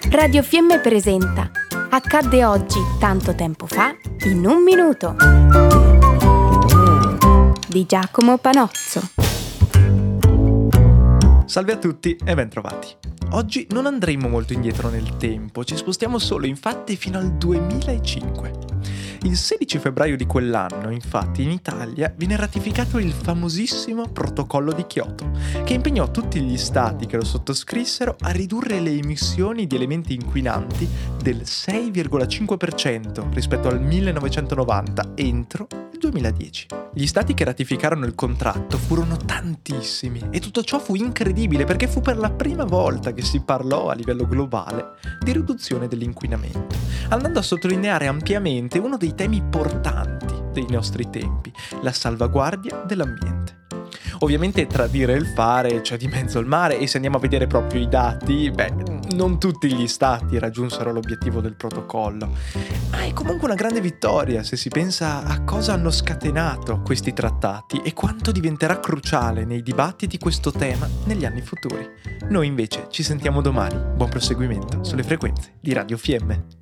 Radio Fiemme presenta Accadde oggi, tanto tempo fa, in un minuto di Giacomo Panozzo. Salve a tutti e bentrovati. Oggi non andremo molto indietro nel tempo, ci spostiamo solo infatti fino al 2005. Il 16 febbraio di quell'anno, infatti, in Italia viene ratificato il famosissimo Protocollo di Kyoto, che impegnò tutti gli stati che lo sottoscrissero a ridurre le emissioni di elementi inquinanti del 6,5% rispetto al 1990 entro il 2010. Gli stati che ratificarono il contratto furono tantissimi e tutto ciò fu incredibile perché fu per la prima volta che si parlò a livello globale di riduzione dell'inquinamento, andando a sottolineare ampiamente uno dei temi portanti dei nostri tempi, la salvaguardia dell'ambiente. Ovviamente tra dire e il fare c'è di mezzo il mare e se andiamo a vedere proprio i dati, non tutti gli stati raggiunsero l'obiettivo del protocollo, ma è comunque una grande vittoria se si pensa a cosa hanno scatenato questi trattati e quanto diventerà cruciale nei dibattiti questo tema negli anni futuri. Noi invece ci sentiamo domani, buon proseguimento sulle frequenze di Radio Fiemme.